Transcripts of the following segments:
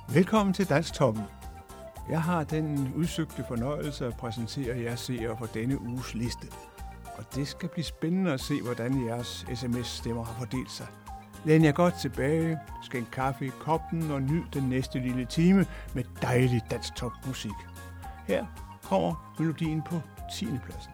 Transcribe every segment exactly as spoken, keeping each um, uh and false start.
Velkommen til Dansktoppen. Jeg har den udsøgte fornøjelse at præsentere jer seere for denne uges liste. Og det skal blive spændende at se, hvordan jeres sms-stemmer har fordelt sig. Læn jer godt tilbage, skænk kaffe i koppen og nyd den næste lille time med dejlig Dansktop-musik. Her kommer melodien på tiende pladsen.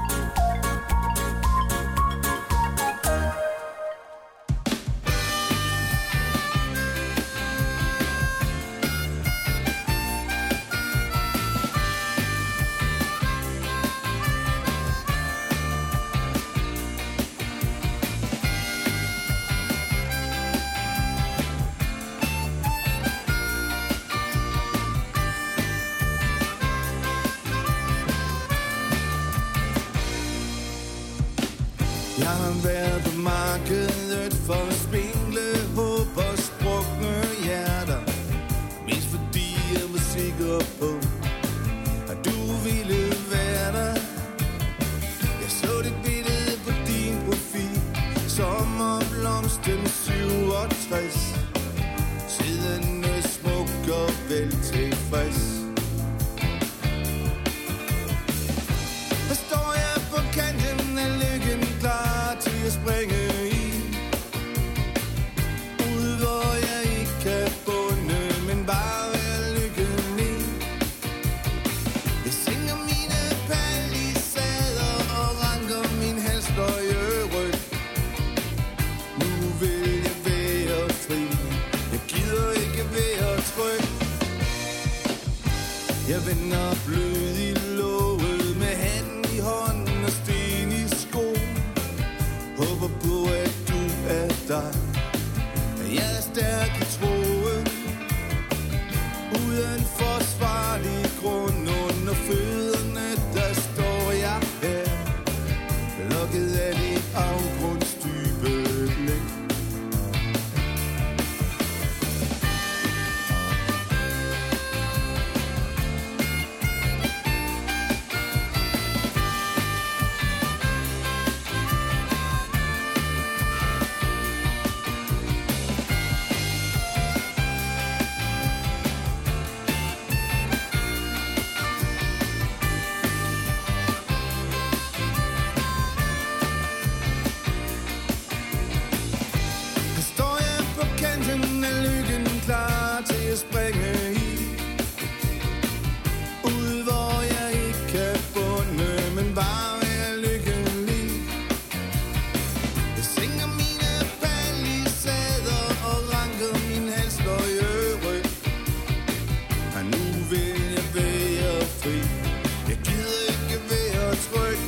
Jeg har været på markedet for at spingle håb og sprukne hjerter. Mest fordi jeg var sikker på, at du ville være der. Jeg så dit billede på din profil, sommerblomsten syvogtres, siddende smuk og vel tilfreds. At springe i, ude hvor jeg ikke kan bunde, men bare være lykkelig. Jeg synger mine palisader og ranker min halsløjeryg. Nu vil jeg være fri, jeg gider ikke være tryg. Jeg vender blød i låget med handen i hånden og sten i sko. Håber på, at du er der. Jeg er stærk i troen, uden forsvarlig grund. Under fødderne, der står jeg her, lukket af dit afgrundsdybe blik. Springe i, ude hvor jeg ikke kan bunde, men bare være lykkelig. Jeg synger mine palisader og ranker min halsløjeryg. Og nu vil jeg være fri, jeg gider ikke være tryg.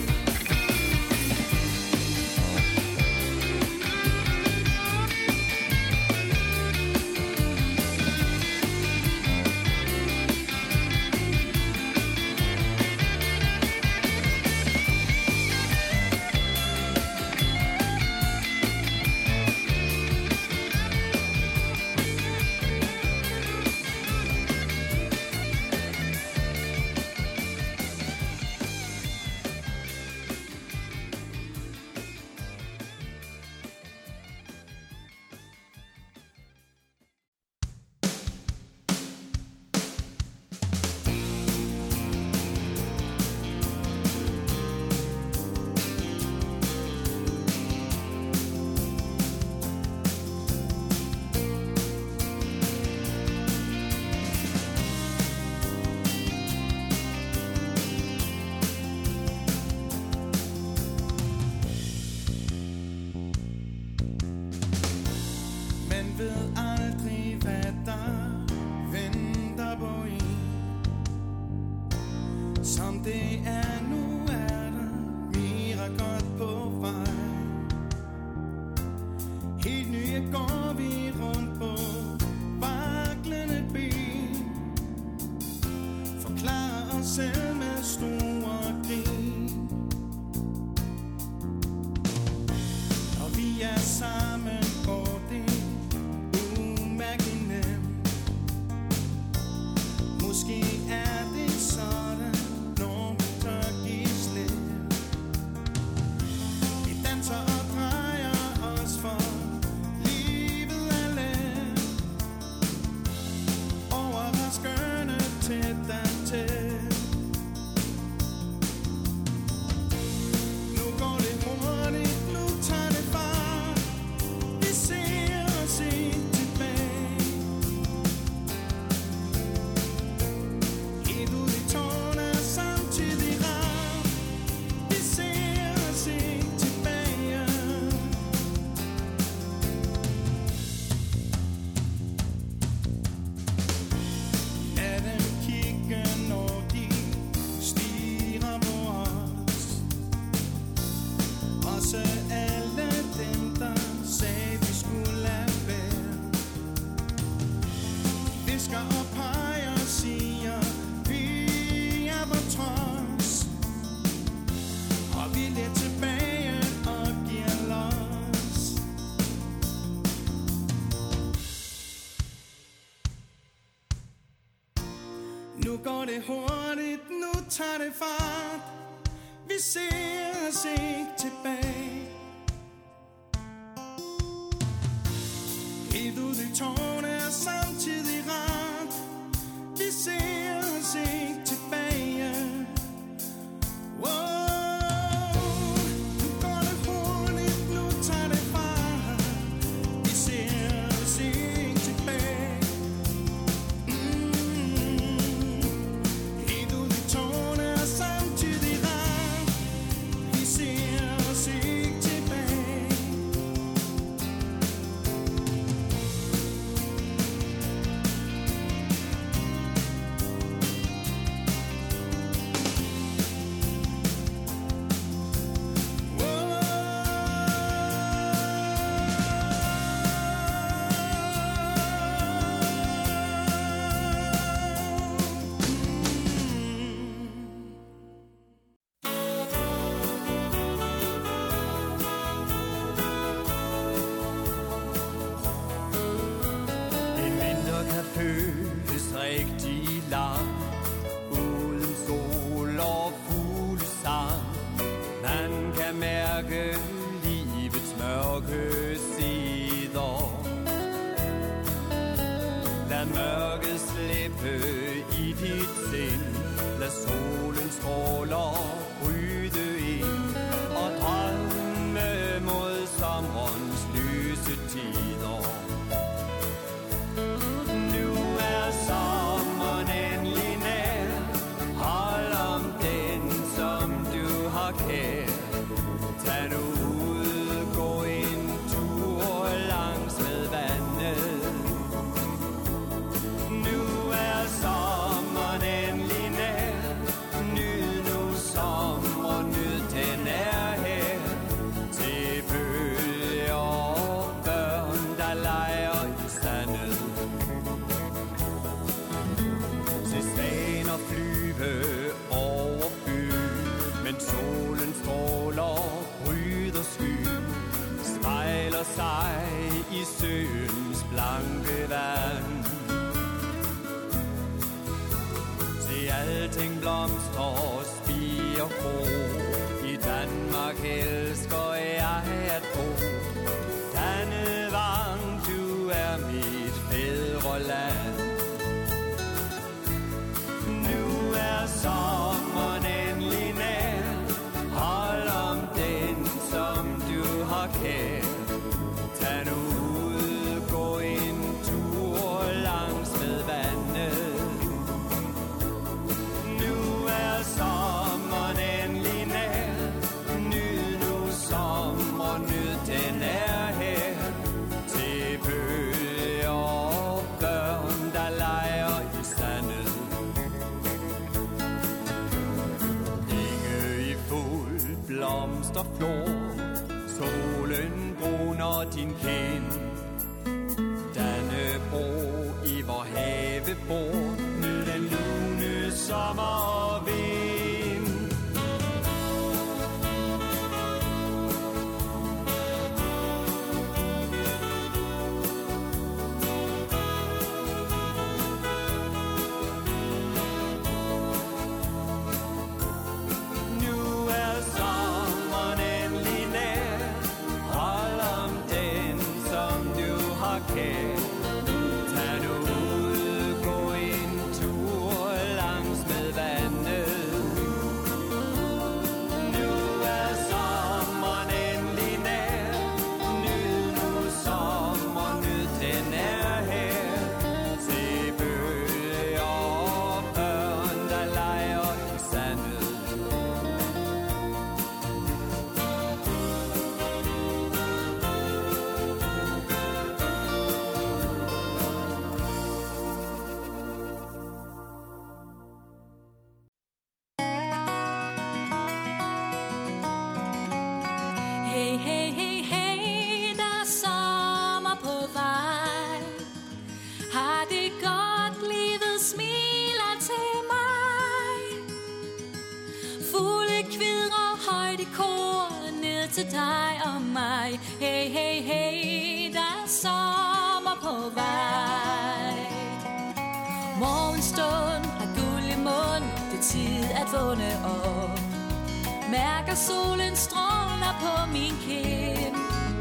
Som det er nu, er der mere godt på vej. Helt nye går vi rundt på vaklende ben. Forklarer os selv med store grin. Og vi er sammen, går det umærkeligt nemt. Måske er det sådan, når vi tør give slip. Vi danser og drejer os, for livet er let. Nu går det hurtigt, nu tager det fart. Vi ser os ikke tilbage. Helt ud i tårne er samtidig rart. Vi ser os ikke tilbage. Wow, nu går det hurtigt, nu tager det fart. Vi ser os ikke tilbage. Mm. Helt ud i tårne er samtidig rart. Vi ser os ikke tilbage. En vinter kan føles rigtig lang, uden sol og fuglesang. Man kan mærke livets mørke sider. Lad mørket slippe i dit sind. Lad solens stråler bryde ind og drømme mod sommerens lyse tider. Nu er sommeren endelig nær. Hold om den, som du har kær. Tag nu ud, gå en tur langs med vandet. Nu er sommeren endelig nær. Nyd nu sommer, nyd den er her. Til bølger og børn, der leger i sandet. Se svaner flyve over byen, men solen stråler, bryder sky, spejler sig i søens blanke vand. Se alting blomstrer, spiger ro. I Danmark elsker jeg at bo. Dannevang, du er mit fædreland. Nu er sommeren endelig nær. Hold om den, som du har kær. Tag nu ud, gå en tur langs med vandet. Nu er sommeren endelig nær. Nyd nu sommer, nyd den er her. Til bølger og børn, der leger i sandet. Enge i fuld blomsterflor. Solen bruner din kind. Dannebro i vor have bor. Nyd den lune sommer og vind. Nu er sommeren endelig nær. Hold om den, som du har kær. Tag nu ud, gå en tur langs med vandet. Nu er sommeren endelig nær. Nyd nu sommer, nyd den er her. Se bølger og børn, der leger i sandet. Hey, hey, hey, hey, der er sommer på vej. Har det godt, livet smiler til mig. Fugle kvidrer højt i kor ned til dig og mig. Hey, hey, hey, der er sommer på vej. Morgenstund har guld tid at vågne op. Mærker solen stråler på min kind.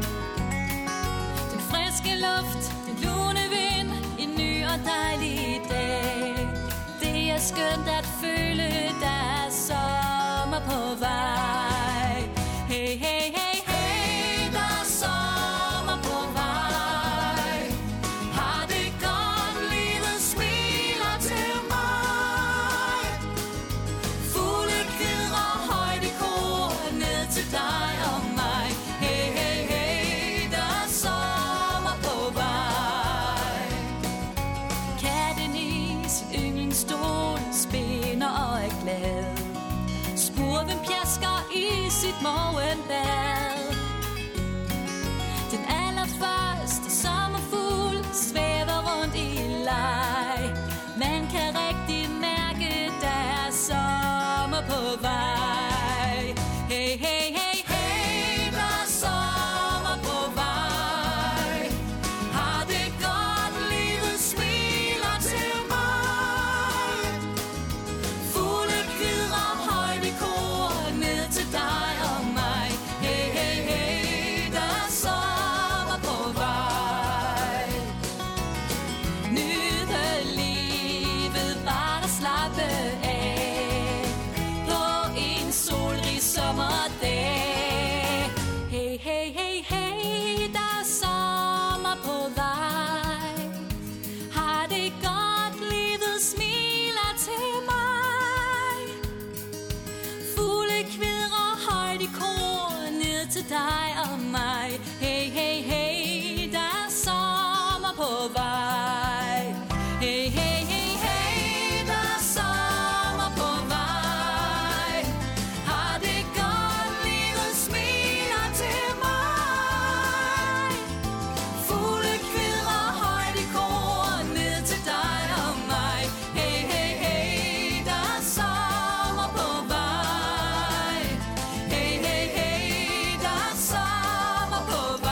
Den friske luft, den lune vind, en ny og dejlig dag. Det er skønt at føle, der er sommer på vej. Hey, hey, hey, hey, der er sommer på vej. Har det godt, livet smiler til mig. Fugle kvidrer højt i kor, ned til dig og mig. Hey, hey, hey, der er sommer på vej. Katten i sin yndlingsstol spænder og er glad. Spurven pjasker i sit morgenbad. Den allerførste sommerfugl svæver rundt i leg. Man kan rigtig mærke, der er sommer på vej. Hey, hey, hey, hey, der er sommer på vej. Har det godt, livet smiler til mig. Fugle kvidrer højt i kor, ned til dig og mig. Hey, hey, hey, der er sommer på vej. Nyde livet, bare der slappe af på en solrig sommerdag. Hey, hey, hey, hey, der er sommer på vej. Har det godt, livet smiler til mig. Fugle kvidrer højt i kor, ned til dig og mig. Hey, hey, hey, der er sommer på vej. Hey, hey, hey, hey, der er sommer på vej. Har det godt, livet smiler til mig. Fugle kvidrer højt i kor, ned til dig og mig. Hey, hey, hey, der er sommer på vej. Hey, hey, hey, der er sommer på vej.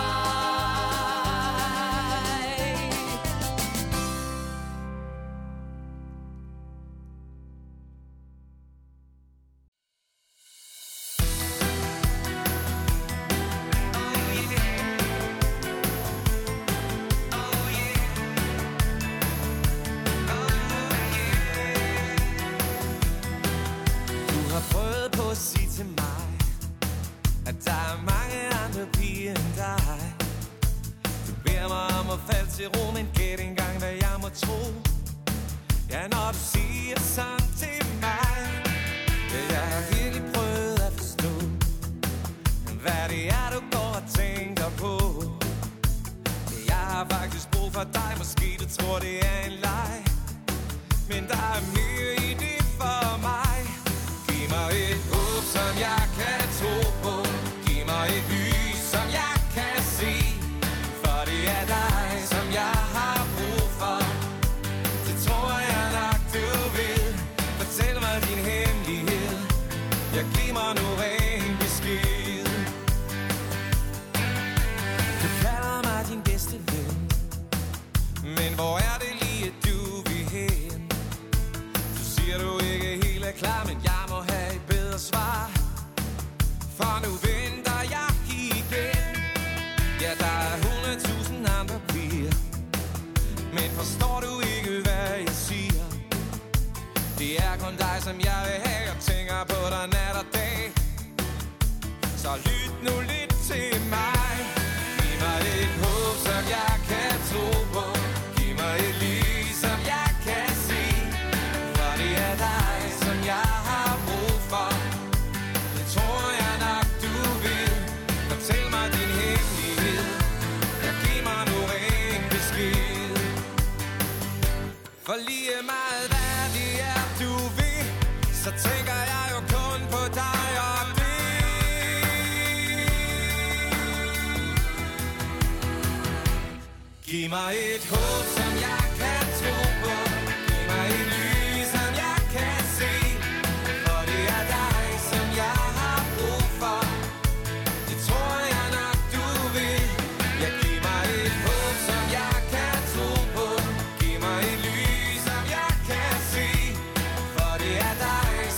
Du har prøvet på at sige til mig, at der er mange andre piger end dig. Du beder mig om at falde til ro, men gæt engang, hvad jeg må tro. Ja, når du siger sådan til mig, ja, jeg har virkelig prøvet at forstå, hvad det er, du går og tænker på. Ja, jeg har faktisk brug for dig, måske du tror, det er en leg, men der er mere i det for mig. Giv mig et håb, som jeg kan tro på. Giv mig et lys, som jeg kan se. For det er dig, som jeg har brug for. Det tror jeg nok, du vil. Fortæl mig din hemmelighed. Jeg giver mig nu en besked. Du kalder mig din bedste ven, men hvor er det lige, at du vil hen? Du siger, du ikke helt er klar, men jeg må have et bedre svar. For nu venter jeg igen. Ja, der er hundredtusind andre piger, men forstår du ikke, hvad jeg siger? Det er kun dig, som jeg vil have, og tænker på dig nat og dag. Så lyt nu lidt til mig. Giv mig et håb, som jeg kan tro på. Giv mig et lys, som jeg kan se. For det er dig, som jeg har brug for. Det tror jeg nok, du vil. Fortæl mig din hemmelighed. Jeg giver mig nu en besked. For lige meget hvad det er, du vil, så tænker jeg jo kun på dig og det. Giv mig et håb, som jeg kan tro på. Giv mig et lys, som jeg kan se. For det er dig, som jeg har brug for. Det tror jeg nok, du vil. Jeg giver mig et håb, som jeg kan tro på. Giv mig et lys, som jeg kan se. For det er dig,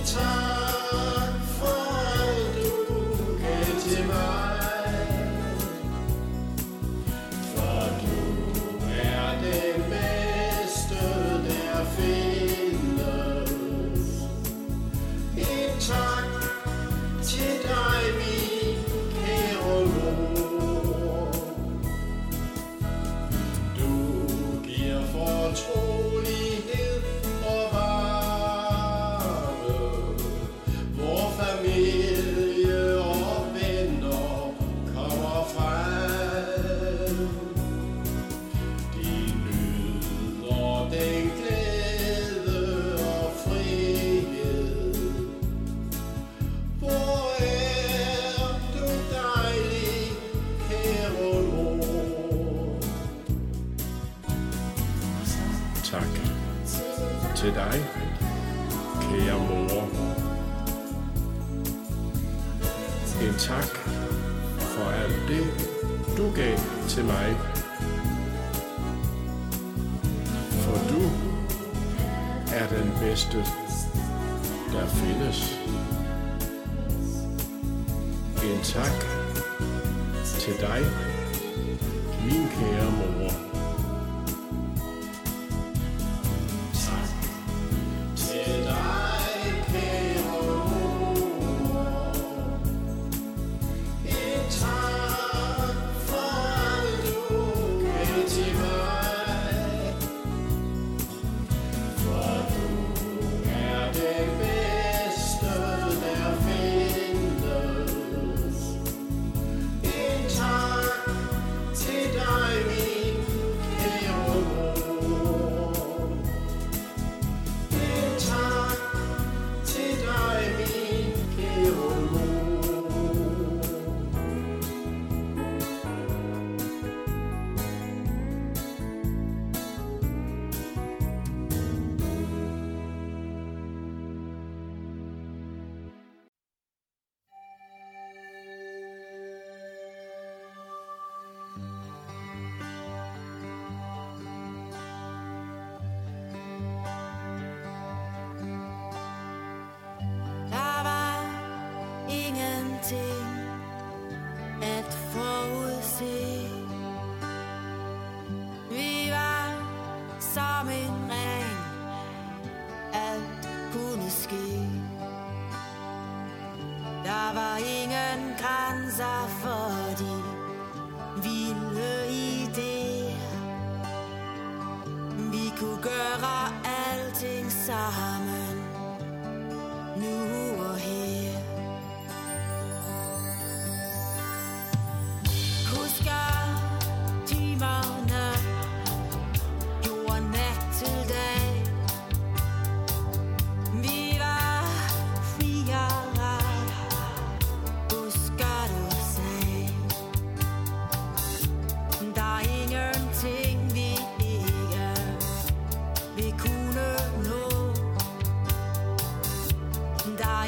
tak for alt du gav til mig, for du er det bedste der findes. En tak til dig, min kære mor. Du giver fortrolighed og varme, hvor familie og venner kommer frem. De nyder den glæde og frihed. Hvor er du dejlig, kære mor. Tak til dig, kære mor. En tak for alt det, du gav til mig. For du er den bedste, der findes. En tak til dig, min kære mor. Tak til dig, kære mor. En tak for alt du gav til mig. For du er det bedste, der findes. En tak til dig, min kære mor. En tak til dig, min kære mor. Der var ingenting at forudse. Vi var som en ring, alt kunne ske. Der var ingen grænser for de vilde idéer. Vi kunne gøre alting sammen, nu og her. Husker timerne, gjorde nat til dag. Vi var fire, husker du sagde. Der er ingenting vi ikke vil kunne nå. Der er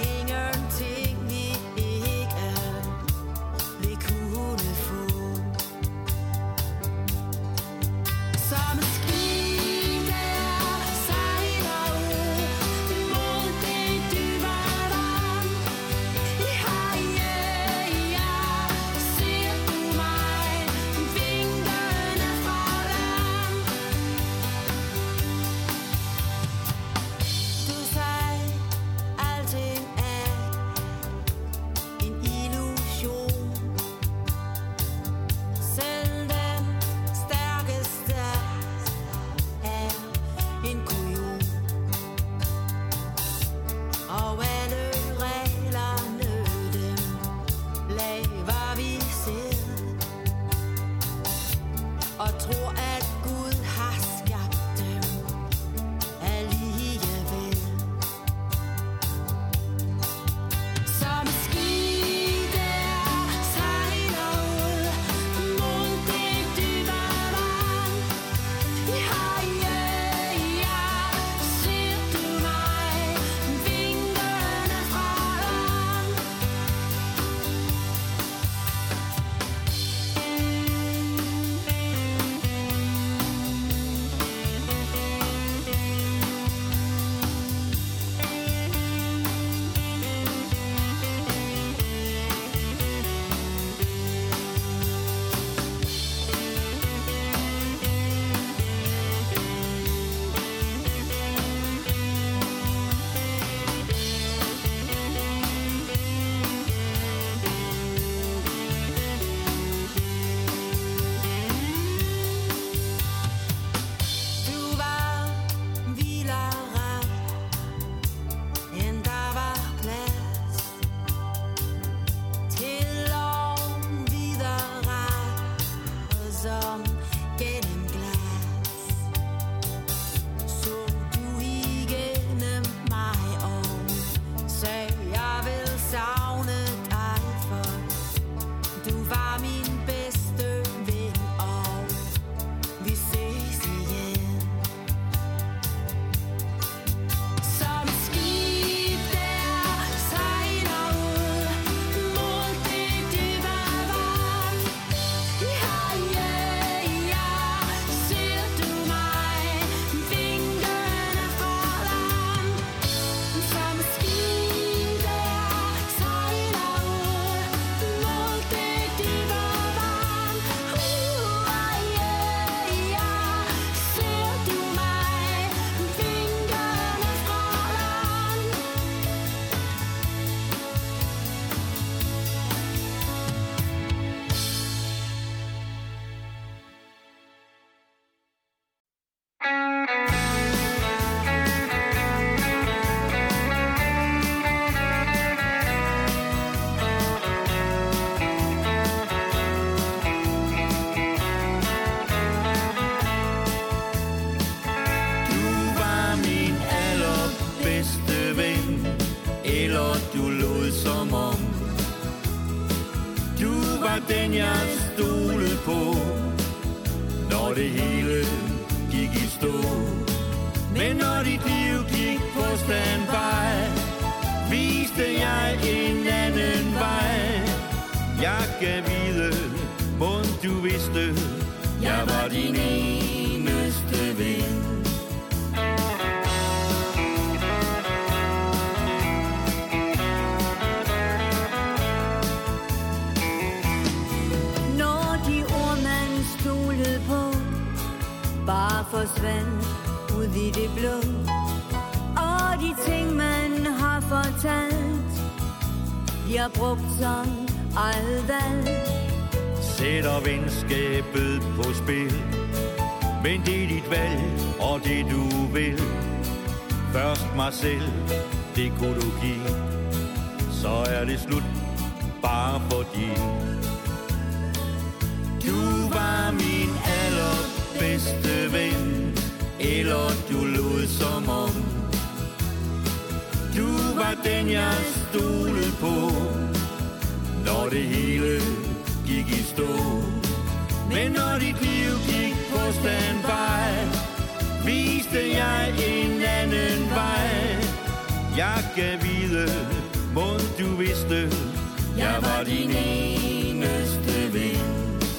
eller du lod som om du var den, jeg stolede på, når det hele gik i stå. Men når dit liv gik på standby, viste jeg en anden vej. Jeg gav vide, hvor du vidste, jeg var din eneste ven. Bare forsvandt ud i det blå, og de ting man har fortalt bliver brugt som eget valg. Sætter venskabet på spil, men det er dit valg, og det du vil. Først mig selv, det kunne du give, så er det slut, bare fordi du var min allerbedste ven, eller du lod som om du var den, jeg stolede på, når det hele gik i stå. Men når dit liv gik på standby, viste jeg en anden vej. Jeg gav vide, hvor du vidste, jeg var din eneste ven.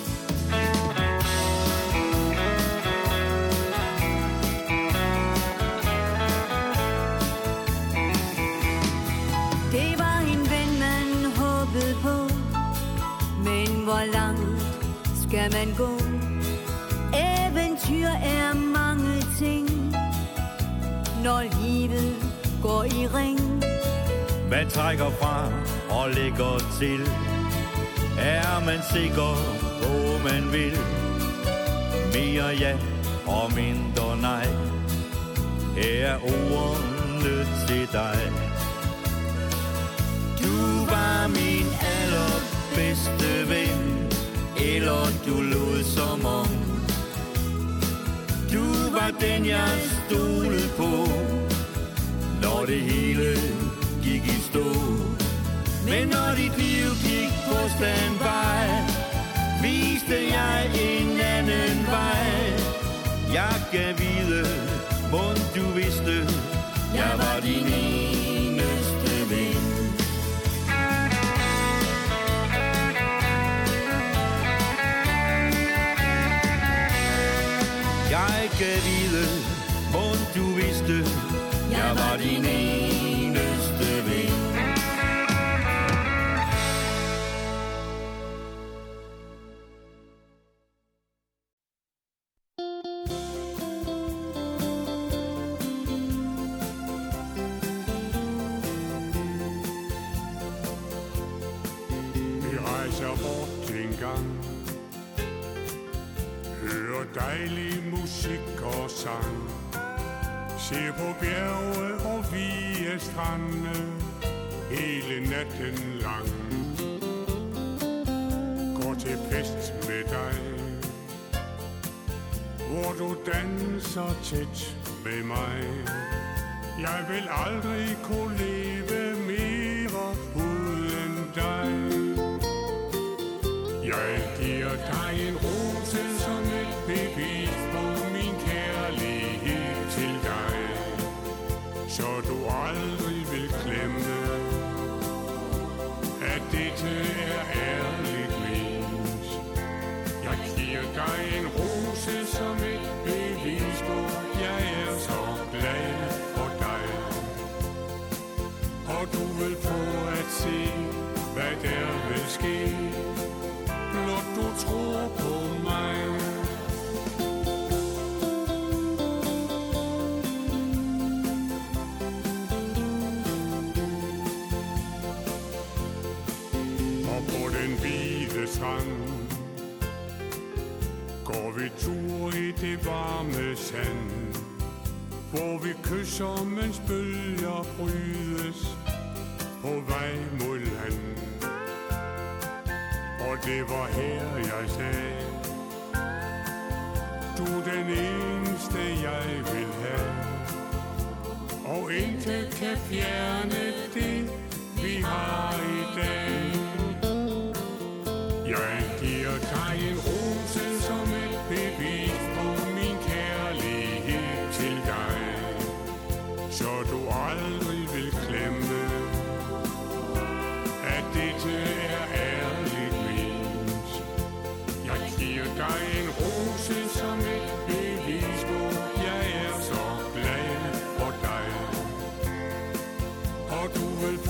Det var en ven, man håbede på, men hvor langt skal man gå? Eventyr er mange ting, når livet går i ring. Man trækker fra og lægger til, er man sikker på, man vil. Mere ja og mindre nej, her er ordene til dig. Du var min allerbedste ven, eller du lod som om du var den, jeg stolede på, når det hele gik i stå. Men når dit liv gik på standby, viste jeg en anden vej. Jeg gav vide, hvor du vidste, jeg var din eneste ven. Jeg gav vide, hvor du vidste, jeg var din eneste ven. Vi rejser bort en gang, hører dejlig musik og sang, ser på bjerge og vige strande hele natten lang. Går til fest med dig, hvor du danser tæt med mig. Jeg vil aldrig kunne leve mere uden dig. Jeg giver dig en rose som et bevis på min kærlighed til dig, så du aldrig vil glemme, at dette er ærligt ment. Jeg giver dig en rose som et bevis på, jeg er så glad for dig. Og du vil få at se, hvad der vil ske, når du tror på mig. Og på den hvide strand går vi tur i det varme sand, hvor vi kysser, mens bølger brydes på vej mod land. Og det var her, jeg sagde, du er den eneste, jeg vil have. og intet kan fjerne det, vi har i dag. Jeg giver dig en rose som et bevis på min kærlighed til dig, så du aldrig vil glemme, at dette er ærligt ment. Jeg giver dig en rose som et bevis på, jeg er så glad for dig, og du vil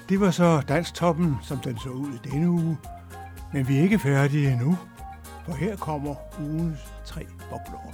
Det var så Dansktoppen, som den så ud i denne uge. Men vi er ikke færdige endnu, for her kommer ugens tre bobler.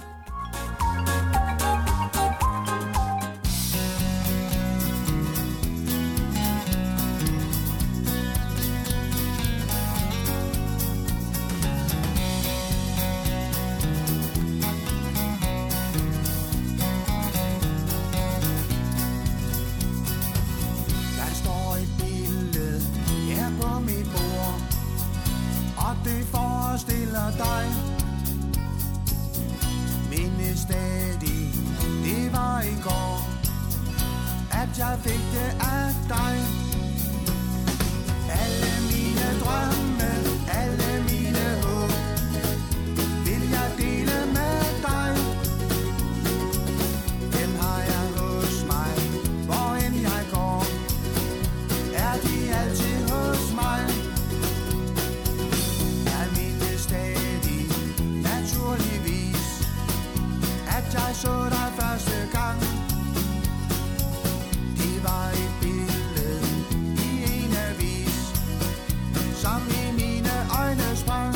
Jeg fik det af dig. Alle mine drømme, alle mine håb, vil jeg dele med dig. Dem har jeg hos mig, hvor end jeg går, er de altid hos mig. Jeg mindes stadig, naturligvis, at jeg så dig første gang. Var et billede i en avis, som i mine øjne sprang.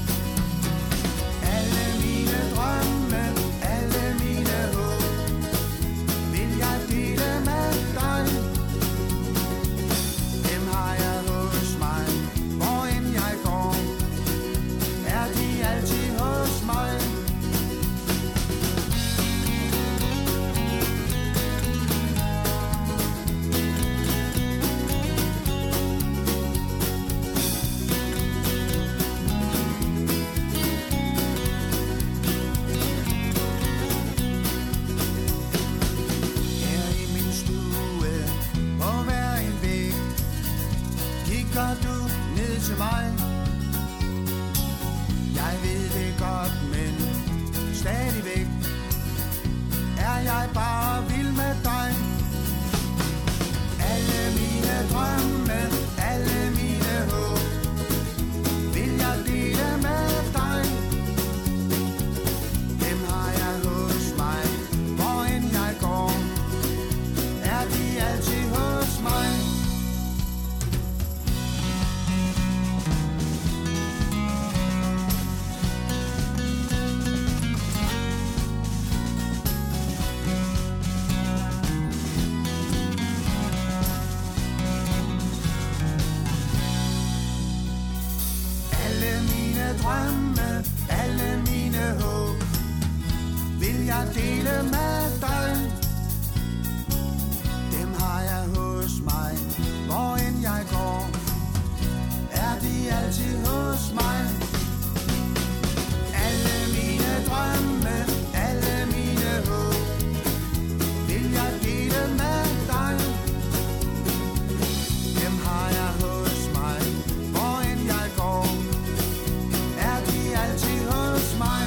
Alle mine drømme, alle mine håb, vil jeg dele med dig. Dem har jeg hos mig, hvor end jeg går, er de altid hos mig. Kigger du ned til mig? Jeg ved det godt, men stadigvæk er jeg bare vild med dig. Alle mine drømme, alle mine håb, vil jeg dele med dig. Dem har jeg hos mig, hvor end jeg går, er de altid hos mig. Drømme, alle mine håb, vil jeg dele med dig. Dem har jeg hos mig, hvor end jeg går, er de altid hos mig. Alle mine drømme, alle mine håb, vil jeg dele med dig. Dem har jeg hos mig, hvor end jeg går, altid hos mig.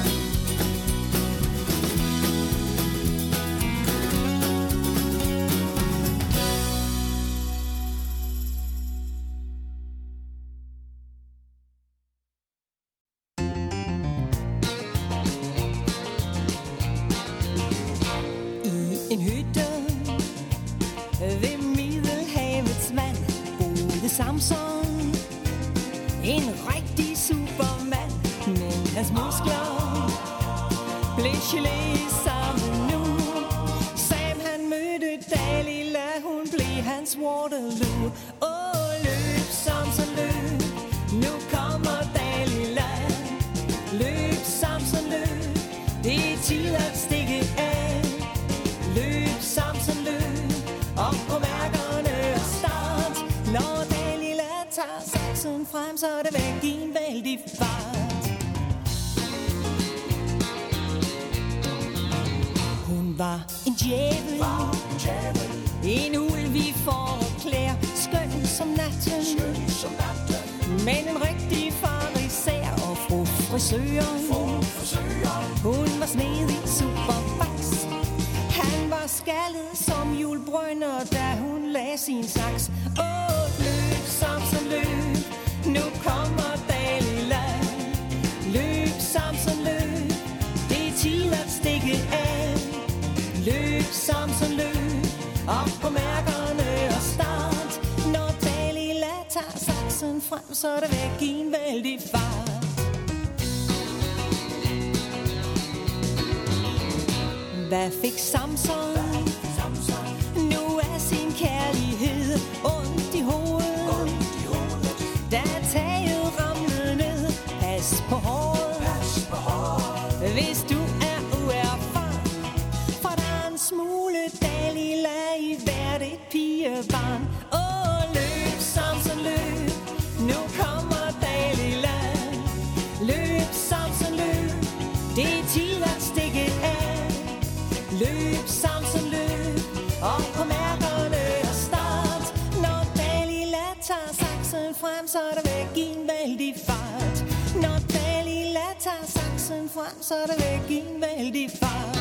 I en hytte ved Middelhavets vand boede Samson, en rigtig supermand. Men hans muskler blev gelé sammen nu. Sam han mødte Dalila, hun blev hans Waterloo. Åh, løb Samson løb, nu kommer Dalila. Løb Samson løb, det er tid at stikke af. Løb Samson løb, op på mærkerne og start. Når Dalila tager saksen frem, så er det væk i en vældig fart. Var en djævel, en ulv i forklæder, skøn som natten, skøn som natten. Men en rigtig farisæer og fru frisøren, hun var snedig superfax. Han var skaldet som julebrønner, da hun lagde sin saks. Åh, løb Samson løb, nu kommer Dalila. Løb Samson løb, det er tid at stikke af. Løb Samson løb, op på mærkerne og start. Når frem, så er det væk i en vældig fart. Hvad fik Samson? Nu er sin kærlighed ondt i hovedet. Da taget ramlede ned, pas på håret. Hvis du er uerfaren, for der er en smule Dalila i hvert et pigebarn. Åh, løb Samson, løb, nu kommer Dalila. Løb Samson, løb, det er tid at stikke af. Løb Samson, løb, og på mærkerne er start. Når Dalila tager saksen frem, så er der væk i en vældig fart. Når Dalila tager saksen frem, så er der væk i en vældig fart.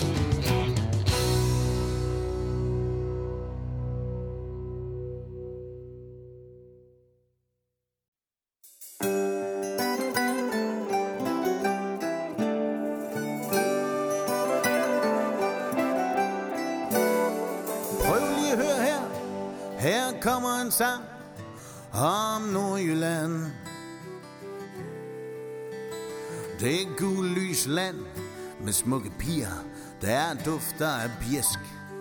Her kommer en sang om Nordjylland. Det er gul lys land med smukke piger, der dufter af bjæsk.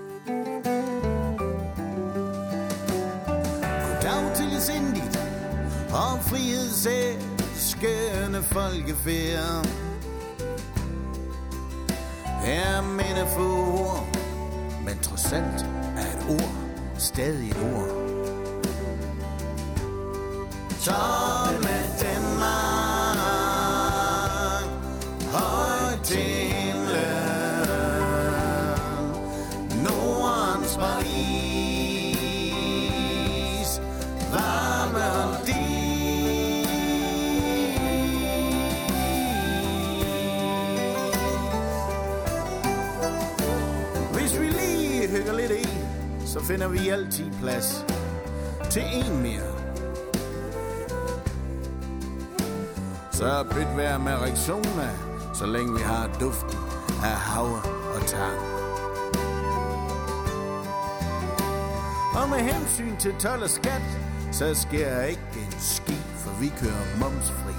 Goddag til sindigt og frihedselskende folkefærd. Her minder få ord, men trods alt er et ord stadig et ord. Tomme Danmark, højt til himlen, Nordens Paris, varme og dis. Hvis vi lige hygger lidt i, så finder vi altid plads til en mere. Så byt vejr med Rexona, så længe vi har duften af havre og tang. Og med hensyn til told og skat, så sker ikke en ski, for vi kører momsfri.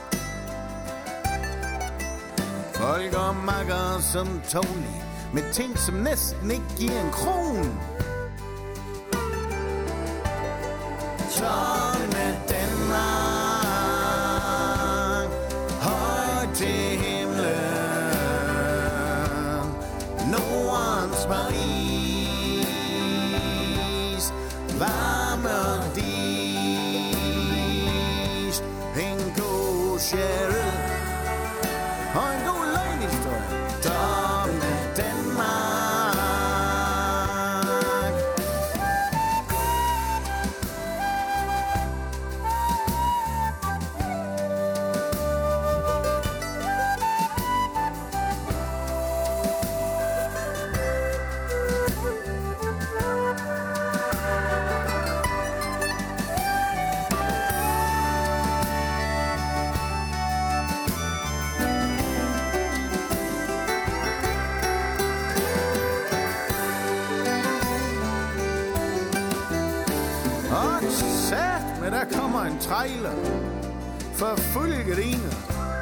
Folk og makker som Tony, med ting som næsten ikke giver en kron. Tomme Danmark, højt til himlen, Nordens Paris, varme og dis. En god sjæl og en god løgnhistorie. Tomme Danmark. Men der kommer en trailer for fulde gardiner.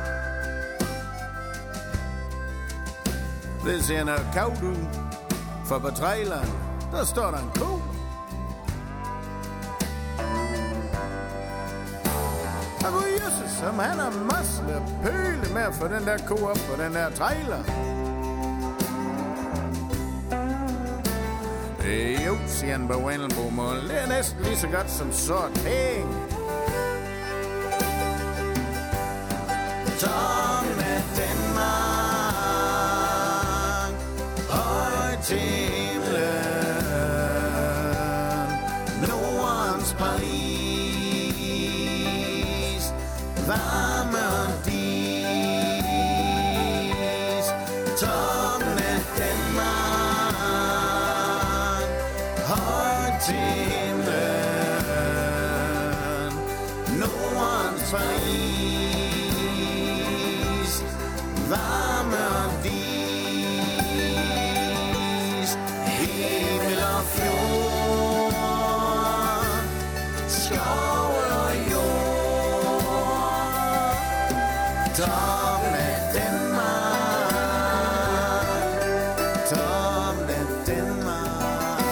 Det ser noget kavt ud, for på traileren, der står der en ko. Og gud Jesus, som han har masser af pøle med at få den der ko op på den der trailer. Jo, siger han på Wendelbomål. Det er næsten lige så godt som sort penge. Tomme Danmark, højt til himlen, Nordens Paris, varme og dis. Tomme Danmark, højt til himlen, Nordens Paris, varme og dis. Himmel og fjord, skov og jord. Toppen af Danmark, toppen af Danmark.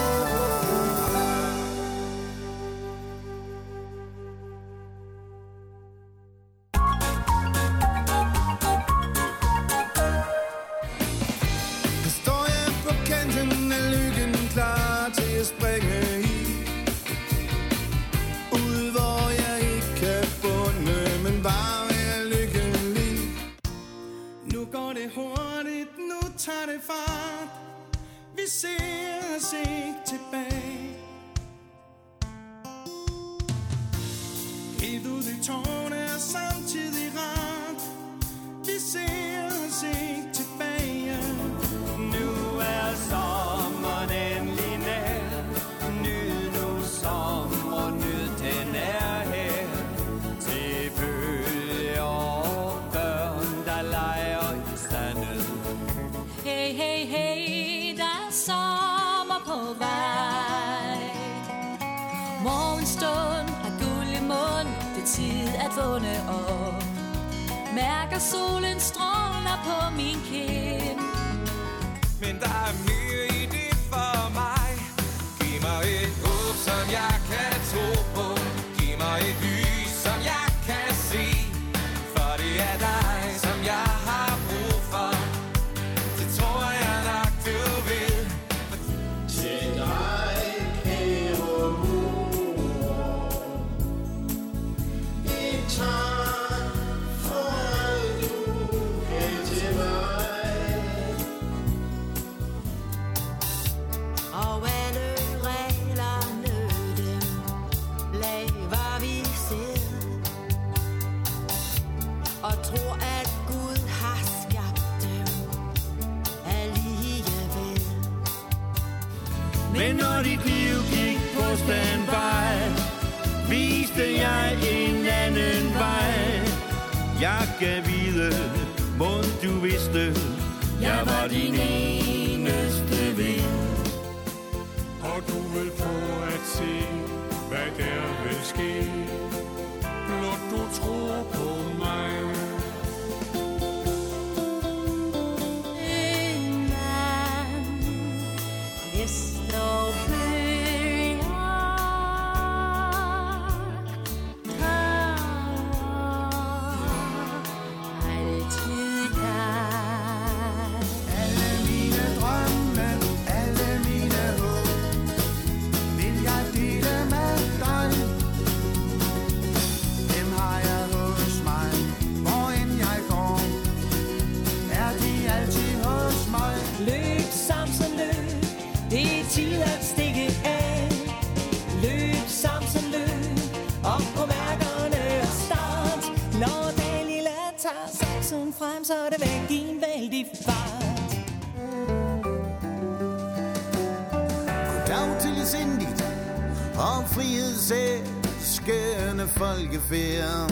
Der står jeg på kanten af lykken, klar til at springe i. Ud hvor jeg ikke kan bunde, men bare være lykkelig. Nu går det hurtigt, nu tager det fart. Vi ser os ikke tilbage. Helt ud i tårne er samtidig rart. Vi ser os ikke tilbage. Nu er sommeren endelig nær. Nyd nu sommer, nyd den er her. Til bølger og børn, der leger i sandet. Hey, hey, hey, der er sommer på vej. Morgenstund har guld i mund, det er tid at vågne op. Mærker solen stråler på min kind. Men der er mere i det for mig. Giv mig et håb, som jeg kan tro på. Giv mig et lys, som jeg kan se. For det er dig, som jeg har brug for. Det tror jeg nok, du vil. Til dig, kære mor, et tak for alt du gav til mig. Og alle reglerne, dem laver vi selv. Og tror, at Gud har skabt dem alligevel. Men når dit liv gik på standby, viste jeg en anden vej. Jeg gav vide, hvor du vidste, jeg var din eneste ven. Og du vil få at se, hvad der vil ske, blot du tror på mig. Innan list og bølger tager altid dig. Alle mine drømme, alle mine håb, vil jeg dele med dig. Dem har jeg hos mig, hvor end jeg går, er de altid hos mig. Løb, Samson, løb. Det er tid at stikke af. Løb, Samson, løb. Op på mærkerne og start. Når Dalila tager saksen frem, så er det væk i en vældig fart. Goddag til i sindigt og frihedselskende folkefærd.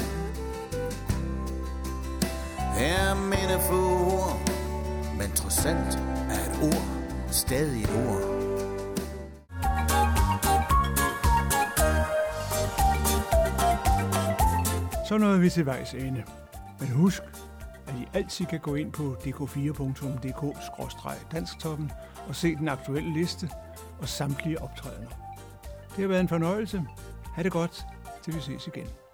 Her mine få ord, men trods alt er et ord stadig et ord. Så nåede vi til vejs ende. Men husk, at I altid kan gå ind på d k fire punktum d k skråstreg dansktoppen og se den aktuelle liste og samtlige optrædener. Det har været en fornøjelse. Ha' det godt, til vi ses igen.